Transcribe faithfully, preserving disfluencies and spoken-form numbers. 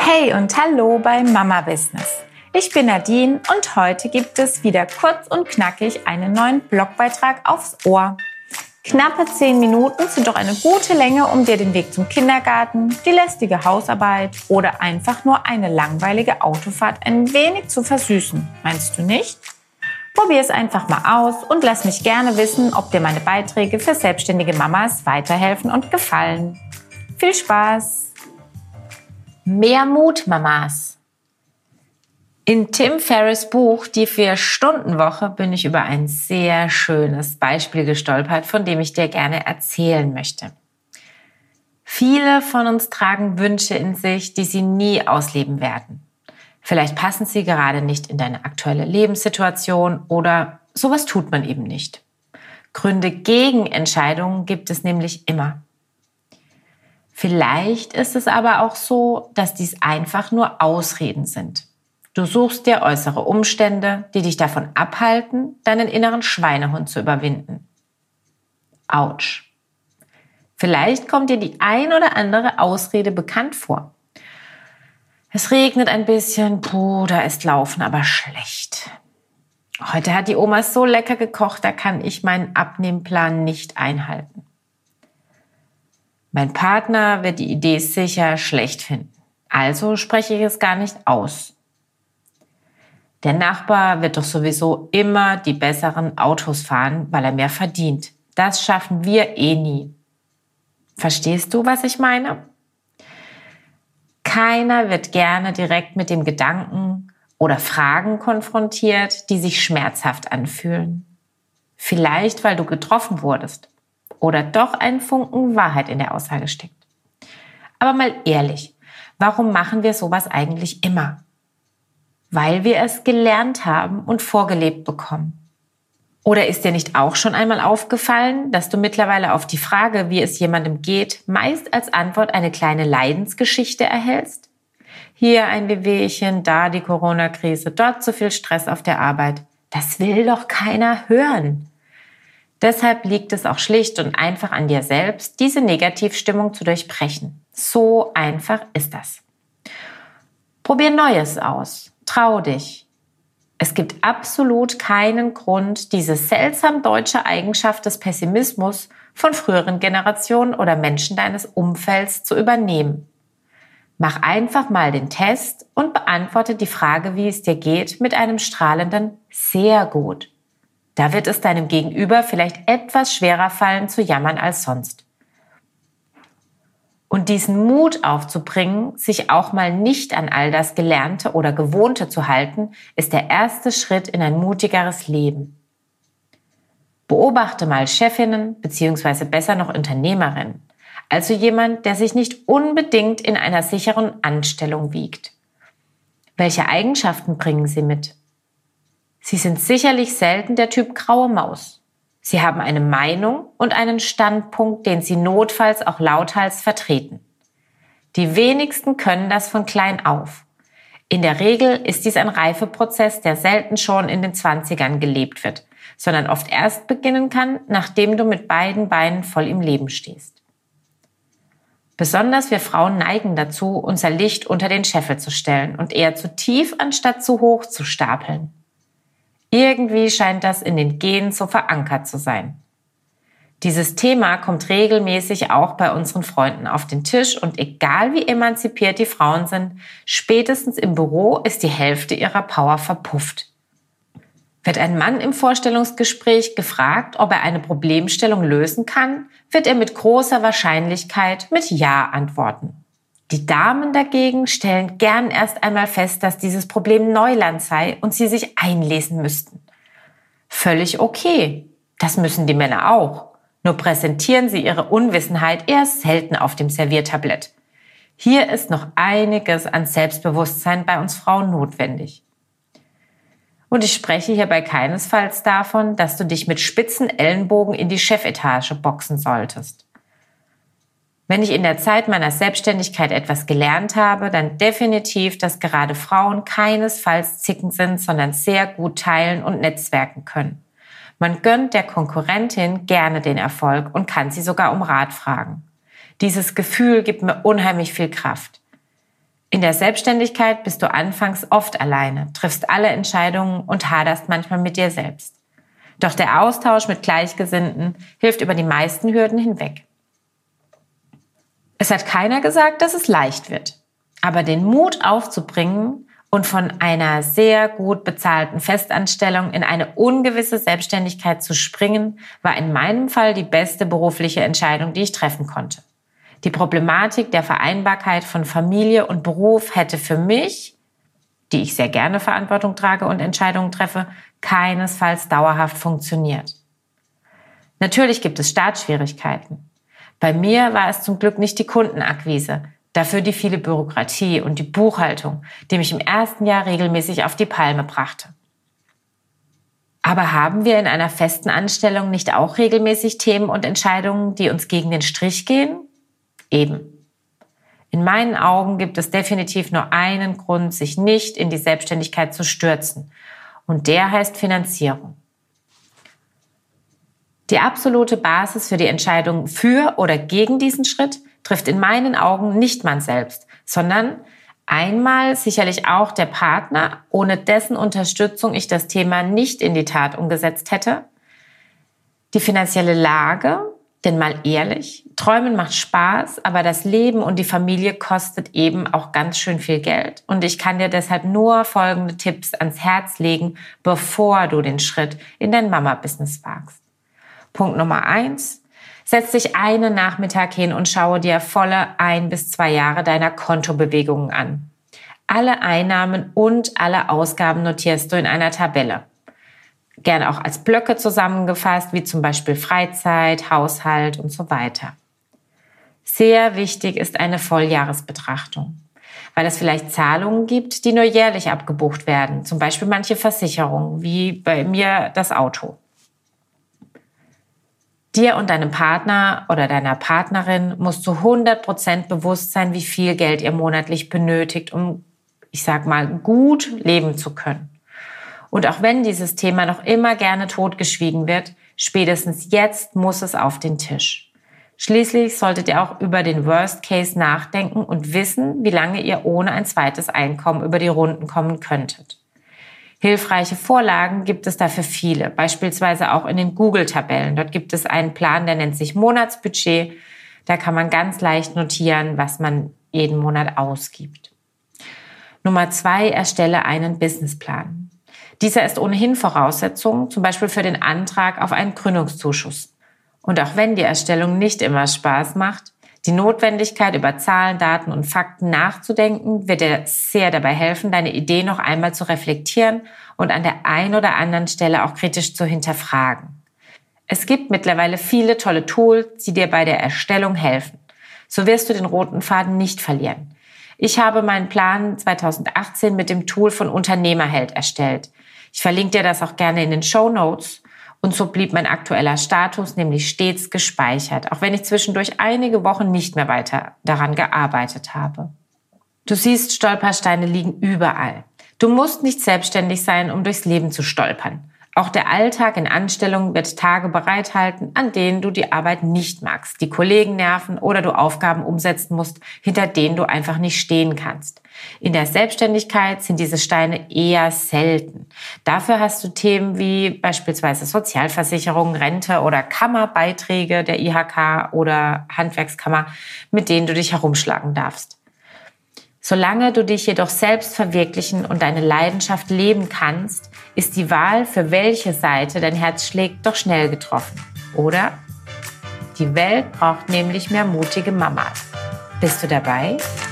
Hey und hallo bei Mama Business. Ich bin Nadine und heute gibt es wieder kurz und knackig einen neuen Blogbeitrag aufs Ohr. Knappe zehn Minuten sind doch eine gute Länge, um dir den Weg zum Kindergarten, die lästige Hausarbeit oder einfach nur eine langweilige Autofahrt ein wenig zu versüßen. Meinst du nicht? Probier es einfach mal aus und lass mich gerne wissen, ob dir meine Beiträge für selbstständige Mamas weiterhelfen und gefallen. Viel Spaß! Mehr Mut, Mamas. In Tim Ferriss' Buch Die Vier-Stunden-Woche bin ich über ein sehr schönes Beispiel gestolpert, von dem ich dir gerne erzählen möchte. Viele von uns tragen Wünsche in sich, die sie nie ausleben werden. Vielleicht passen sie gerade nicht in deine aktuelle Lebenssituation oder sowas tut man eben nicht. Gründe gegen Entscheidungen gibt es nämlich immer. Vielleicht ist es aber auch so, dass dies einfach nur Ausreden sind. Du suchst dir äußere Umstände, die dich davon abhalten, deinen inneren Schweinehund zu überwinden. Autsch. Vielleicht kommt dir die ein oder andere Ausrede bekannt vor. Es regnet ein bisschen, puh, da ist Laufen aber schlecht. Heute hat die Oma so lecker gekocht, da kann ich meinen Abnehmplan nicht einhalten. Mein Partner wird die Idee sicher schlecht finden, also spreche ich es gar nicht aus. Der Nachbar wird doch sowieso immer die besseren Autos fahren, weil er mehr verdient. Das schaffen wir eh nie. Verstehst du, was ich meine? Keiner wird gerne direkt mit dem Gedanken oder Fragen konfrontiert, die sich schmerzhaft anfühlen. Vielleicht, weil du getroffen wurdest. Oder doch ein Funken Wahrheit in der Aussage steckt. Aber mal ehrlich, warum machen wir sowas eigentlich immer? Weil wir es gelernt haben und vorgelebt bekommen. Oder ist dir nicht auch schon einmal aufgefallen, dass du mittlerweile auf die Frage, wie es jemandem geht, meist als Antwort eine kleine Leidensgeschichte erhältst? Hier ein Wehwehchen, da die Corona-Krise, dort zu viel Stress auf der Arbeit. Das will doch keiner hören. Deshalb liegt es auch schlicht und einfach an dir selbst, diese Negativstimmung zu durchbrechen. So einfach ist das. Probier Neues aus. Trau dich. Es gibt absolut keinen Grund, diese seltsam deutsche Eigenschaft des Pessimismus von früheren Generationen oder Menschen deines Umfelds zu übernehmen. Mach einfach mal den Test und beantworte die Frage, wie es dir geht, mit einem strahlenden sehr gut. Da wird es deinem Gegenüber vielleicht etwas schwerer fallen zu jammern als sonst. Und diesen Mut aufzubringen, sich auch mal nicht an all das Gelernte oder Gewohnte zu halten, ist der erste Schritt in ein mutigeres Leben. Beobachte mal Chefinnen bzw. besser noch Unternehmerinnen, also jemand, der sich nicht unbedingt in einer sicheren Anstellung wiegt. Welche Eigenschaften bringen sie mit? Sie sind sicherlich selten der Typ graue Maus. Sie haben eine Meinung und einen Standpunkt, den sie notfalls auch lauthals vertreten. Die wenigsten können das von klein auf. In der Regel ist dies ein Reifeprozess, der selten schon in den Zwanzigern gelebt wird, sondern oft erst beginnen kann, nachdem du mit beiden Beinen voll im Leben stehst. Besonders wir Frauen neigen dazu, unser Licht unter den Scheffel zu stellen und eher zu tief anstatt zu hoch zu stapeln. Irgendwie scheint das in den Genen so verankert zu sein. Dieses Thema kommt regelmäßig auch bei unseren Freunden auf den Tisch und egal wie emanzipiert die Frauen sind, spätestens im Büro ist die Hälfte ihrer Power verpufft. Wird ein Mann im Vorstellungsgespräch gefragt, ob er eine Problemstellung lösen kann, wird er mit großer Wahrscheinlichkeit mit Ja antworten. Die Damen dagegen stellen gern erst einmal fest, dass dieses Problem Neuland sei und sie sich einlesen müssten. Völlig okay. Das müssen die Männer auch. Nur präsentieren sie ihre Unwissenheit eher selten auf dem Serviertablett. Hier ist noch einiges an Selbstbewusstsein bei uns Frauen notwendig. Und ich spreche hierbei keinesfalls davon, dass du dich mit spitzen Ellenbogen in die Chefetage boxen solltest. Wenn ich in der Zeit meiner Selbstständigkeit etwas gelernt habe, dann definitiv, dass gerade Frauen keinesfalls zicken sind, sondern sehr gut teilen und netzwerken können. Man gönnt der Konkurrentin gerne den Erfolg und kann sie sogar um Rat fragen. Dieses Gefühl gibt mir unheimlich viel Kraft. In der Selbstständigkeit bist du anfangs oft alleine, triffst alle Entscheidungen und haderst manchmal mit dir selbst. Doch der Austausch mit Gleichgesinnten hilft über die meisten Hürden hinweg. Es hat keiner gesagt, dass es leicht wird. Aber den Mut aufzubringen und von einer sehr gut bezahlten Festanstellung in eine ungewisse Selbstständigkeit zu springen, war in meinem Fall die beste berufliche Entscheidung, die ich treffen konnte. Die Problematik der Vereinbarkeit von Familie und Beruf hätte für mich, die ich sehr gerne Verantwortung trage und Entscheidungen treffe, keinesfalls dauerhaft funktioniert. Natürlich gibt es Startschwierigkeiten. Bei mir war es zum Glück nicht die Kundenakquise, dafür die viele Bürokratie und die Buchhaltung, die mich im ersten Jahr regelmäßig auf die Palme brachte. Aber haben wir in einer festen Anstellung nicht auch regelmäßig Themen und Entscheidungen, die uns gegen den Strich gehen? Eben. In meinen Augen gibt es definitiv nur einen Grund, sich nicht in die Selbstständigkeit zu stürzen. Und der heißt Finanzierung. Die absolute Basis für die Entscheidung für oder gegen diesen Schritt trifft in meinen Augen nicht man selbst, sondern einmal sicherlich auch der Partner, ohne dessen Unterstützung ich das Thema nicht in die Tat umgesetzt hätte. Die finanzielle Lage, denn mal ehrlich, Träumen macht Spaß, aber das Leben und die Familie kostet eben auch ganz schön viel Geld. Und ich kann dir deshalb nur folgende Tipps ans Herz legen, bevor du den Schritt in dein Mama-Business wagst. Punkt Nummer eins. Setz dich einen Nachmittag hin und schaue dir volle ein bis zwei Jahre deiner Kontobewegungen an. Alle Einnahmen und alle Ausgaben notierst du in einer Tabelle. Gerne auch als Blöcke zusammengefasst, wie zum Beispiel Freizeit, Haushalt und so weiter. Sehr wichtig ist eine Volljahresbetrachtung, weil es vielleicht Zahlungen gibt, die nur jährlich abgebucht werden, zum Beispiel manche Versicherungen, wie bei mir das Auto. Dir und deinem Partner oder deiner Partnerin muss zu hundert Prozent bewusst sein, wie viel Geld ihr monatlich benötigt, um, ich sag mal, gut leben zu können. Und auch wenn dieses Thema noch immer gerne totgeschwiegen wird, spätestens jetzt muss es auf den Tisch. Schließlich solltet ihr auch über den Worst Case nachdenken und wissen, wie lange ihr ohne ein zweites Einkommen über die Runden kommen könntet. Hilfreiche Vorlagen gibt es dafür viele, beispielsweise auch in den Google-Tabellen. Dort gibt es einen Plan, der nennt sich Monatsbudget. Da kann man ganz leicht notieren, was man jeden Monat ausgibt. Nummer zwei, erstelle einen Businessplan. Dieser ist ohnehin Voraussetzung, zum Beispiel für den Antrag auf einen Gründungszuschuss. Und auch wenn die Erstellung nicht immer Spaß macht, die Notwendigkeit, über Zahlen, Daten und Fakten nachzudenken, wird dir sehr dabei helfen, deine Idee noch einmal zu reflektieren und an der einen oder anderen Stelle auch kritisch zu hinterfragen. Es gibt mittlerweile viele tolle Tools, die dir bei der Erstellung helfen. So wirst du den roten Faden nicht verlieren. Ich habe meinen Plan zweitausendachtzehn mit dem Tool von Unternehmerheld erstellt. Ich verlinke dir das auch gerne in den Shownotes. Und so blieb mein aktueller Status nämlich stets gespeichert, auch wenn ich zwischendurch einige Wochen nicht mehr weiter daran gearbeitet habe. Du siehst, Stolpersteine liegen überall. Du musst nicht selbstständig sein, um durchs Leben zu stolpern. Auch der Alltag in Anstellungen wird Tage bereithalten, an denen du die Arbeit nicht magst, die Kollegen nerven oder du Aufgaben umsetzen musst, hinter denen du einfach nicht stehen kannst. In der Selbstständigkeit sind diese Steine eher selten. Dafür hast du Themen wie beispielsweise Sozialversicherung, Rente oder Kammerbeiträge der I H K oder Handwerkskammer, mit denen du dich herumschlagen darfst. Solange du dich jedoch selbst verwirklichen und deine Leidenschaft leben kannst, ist die Wahl, für welche Seite dein Herz schlägt, doch schnell getroffen, oder? Die Welt braucht nämlich mehr mutige Mamas. Bist du dabei?